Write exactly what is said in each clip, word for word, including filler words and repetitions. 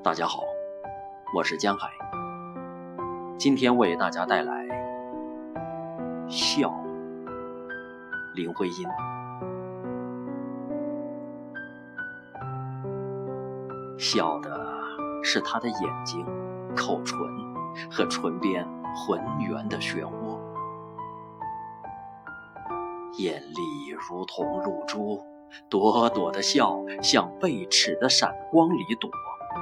大家好，我是江海，今天为大家带来笑。林徽因。笑的是她的眼睛、口唇和唇边浑圆的漩涡，眼里如同露珠，朵朵的笑像贝齿的闪光里躲。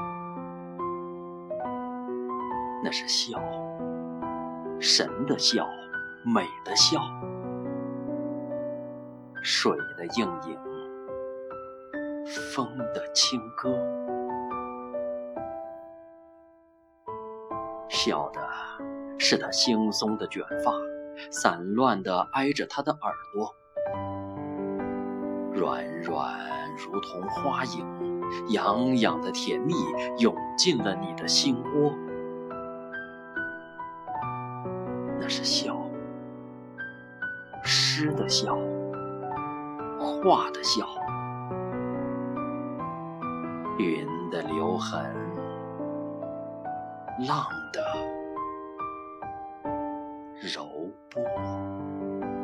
那是笑，神的笑，美的笑，水的映影，风的轻歌。笑的是他惺忪的卷发，散乱地挨着他的耳朵，软软如同花影，痒痒的甜蜜涌进了你的心窝。那是笑，诗的笑，画的笑，云的留痕，浪的柔波。